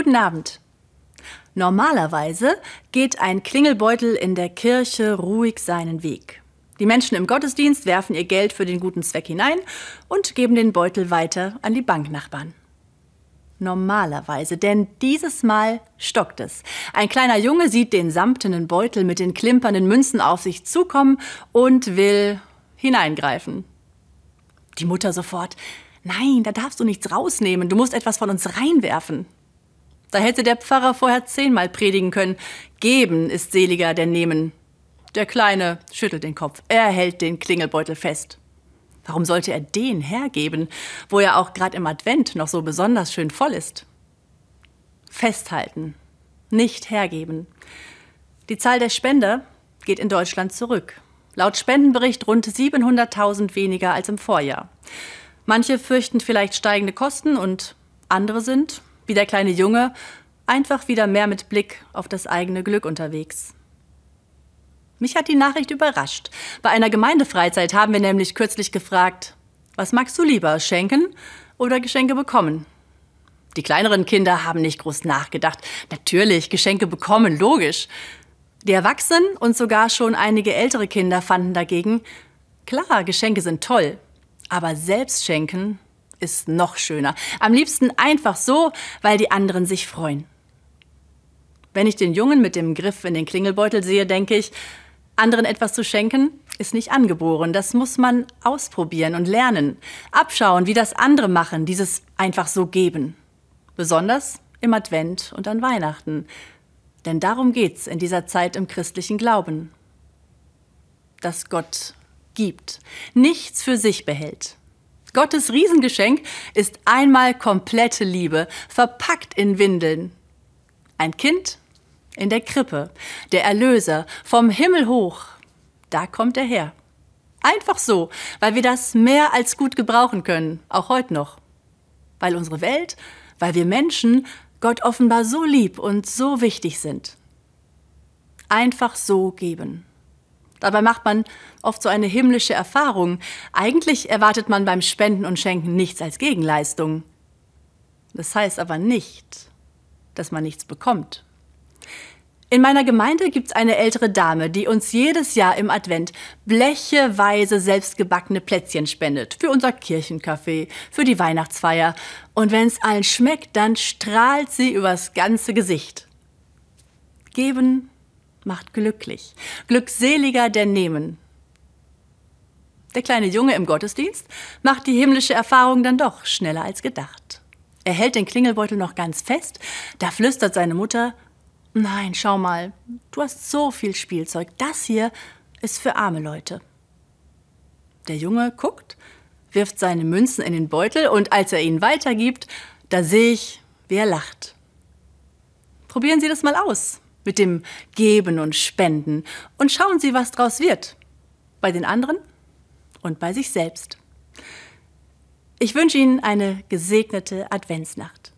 Guten Abend. Normalerweise geht ein Klingelbeutel in der Kirche ruhig seinen Weg. Die Menschen im Gottesdienst werfen ihr Geld für den guten Zweck hinein und geben den Beutel weiter an die Banknachbarn. Normalerweise, denn dieses Mal stockt es. Ein kleiner Junge sieht den samtenen Beutel mit den klimpernden Münzen auf sich zukommen und will hineingreifen. Die Mutter sofort: Nein, da darfst du nichts rausnehmen, du musst etwas von uns reinwerfen. Da hätte der Pfarrer vorher 10-mal predigen können: Geben ist seliger denn nehmen. Der Kleine schüttelt den Kopf, er hält den Klingelbeutel fest. Warum sollte er den hergeben, wo er auch gerade im Advent noch so besonders schön voll ist? Festhalten, nicht hergeben. Die Zahl der Spender geht in Deutschland zurück. Laut Spendenbericht rund 700.000 weniger als im Vorjahr. Manche fürchten vielleicht steigende Kosten und andere sind, wie der kleine Junge, einfach wieder mehr mit Blick auf das eigene Glück unterwegs. Mich hat die Nachricht überrascht. Bei einer Gemeindefreizeit haben wir nämlich kürzlich gefragt: Was magst du lieber, schenken oder Geschenke bekommen? Die kleineren Kinder haben nicht groß nachgedacht. Natürlich, Geschenke bekommen, logisch. Die Erwachsenen und sogar schon einige ältere Kinder fanden dagegen: Klar, Geschenke sind toll, aber selbst schenken ist noch schöner. Am liebsten einfach so, weil die anderen sich freuen. Wenn ich den Jungen mit dem Griff in den Klingelbeutel sehe, denke ich, anderen etwas zu schenken ist nicht angeboren. Das muss man ausprobieren und lernen. Abschauen, wie das andere machen, dieses einfach so geben. Besonders im Advent und an Weihnachten. Denn darum geht's in dieser Zeit im christlichen Glauben. Dass Gott gibt, nichts für sich behält. Gottes Riesengeschenk ist einmal komplette Liebe, verpackt in Windeln. Ein Kind in der Krippe, der Erlöser, vom Himmel hoch, da kommt er her. Einfach so, weil wir das mehr als gut gebrauchen können, auch heute noch. Weil unsere Welt, weil wir Menschen Gott offenbar so lieb und so wichtig sind. Einfach so geben. Dabei macht man oft so eine himmlische Erfahrung. Eigentlich erwartet man beim Spenden und Schenken nichts als Gegenleistung. Das heißt aber nicht, dass man nichts bekommt. In meiner Gemeinde gibt's eine ältere Dame, die uns jedes Jahr im Advent blecheweise selbstgebackene Plätzchen spendet. Für unser Kirchencafé, für die Weihnachtsfeier. Und wenn es allen schmeckt, dann strahlt sie übers ganze Gesicht. Geben macht glücklich. Glückseliger denn nehmen. Der kleine Junge im Gottesdienst macht die himmlische Erfahrung dann doch schneller als gedacht. Er hält den Klingelbeutel noch ganz fest, da flüstert seine Mutter: Nein, schau mal, du hast so viel Spielzeug. Das hier ist für arme Leute. Der Junge guckt, wirft seine Münzen in den Beutel und als er ihn weitergibt, da sehe ich, wie er lacht. Probieren Sie das mal aus mit dem Geben und Spenden und schauen Sie, was draus wird. Bei den anderen und bei sich selbst. Ich wünsche Ihnen eine gesegnete Adventsnacht.